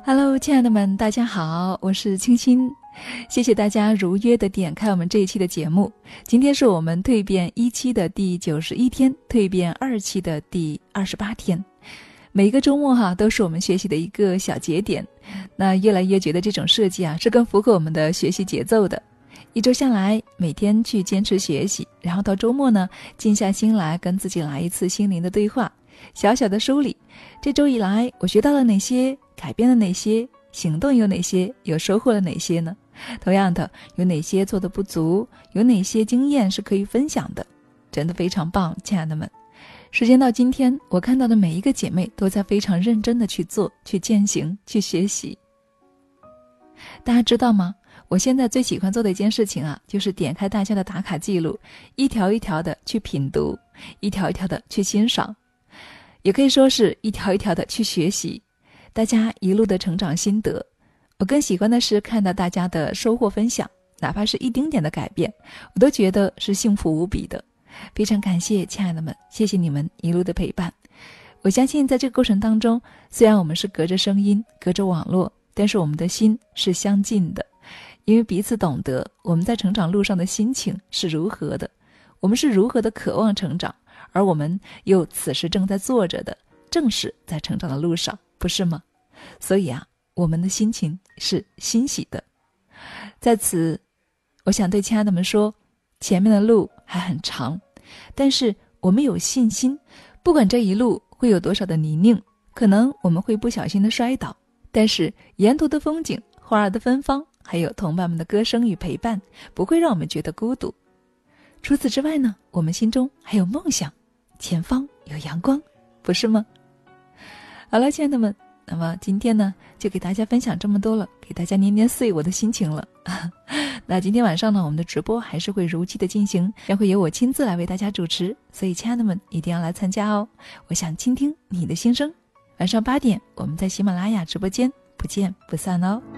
Hello， 亲爱的们，大家好，我是清新，谢谢大家如约的点开我们这一期的节目。今天是我们蜕变1期的第91天，蜕变2期的第28天。每一个周末都是我们学习的一个小节点。那越来越觉得这种设计是更符合我们的学习节奏的。一周下来，每天去坚持学习，然后到周末呢，静下心来跟自己来一次心灵的对话，小小的梳理这周以来我学到了哪些，改变了哪些，行动有哪些，有收获了哪些呢？同样的，有哪些做的不足，有哪些经验是可以分享的，真的非常棒，亲爱的们。时间到今天，我看到的每一个姐妹都在非常认真的去做，去践行，去学习。大家知道吗？我现在最喜欢做的一件事情就是点开大家的打卡记录，一条一条的去品读，一条一条的去欣赏，也可以说是一条一条的去学习大家一路的成长心得。我更喜欢的是看到大家的收获分享，哪怕是一丁点的改变，我都觉得是幸福无比的。非常感谢亲爱的们，谢谢你们一路的陪伴。我相信在这个过程当中，虽然我们是隔着声音，隔着网络，但是我们的心是相近的，因为彼此懂得我们在成长路上的心情是如何的，我们是如何的渴望成长，而我们又此时正在做着的，正是在成长的路上，不是吗？所以我们的心情是欣喜的。在此，我想对亲爱的们说，前面的路还很长，但是我们有信心，不管这一路会有多少的泥泞，可能我们会不小心的摔倒，但是沿途的风景，花儿的芬芳，还有同伴们的歌声与陪伴，不会让我们觉得孤独。除此之外呢，我们心中还有梦想，前方有阳光，不是吗？好了，亲爱的们，那么今天呢，就给大家分享这么多了，给大家捏捏碎我的心情了。那今天晚上呢，我们的直播还是会如期的进行，将会由我亲自来为大家主持，所以亲爱的们一定要来参加哦。我想倾听你的心声。晚上8点，我们在喜马拉雅直播间不见不散哦。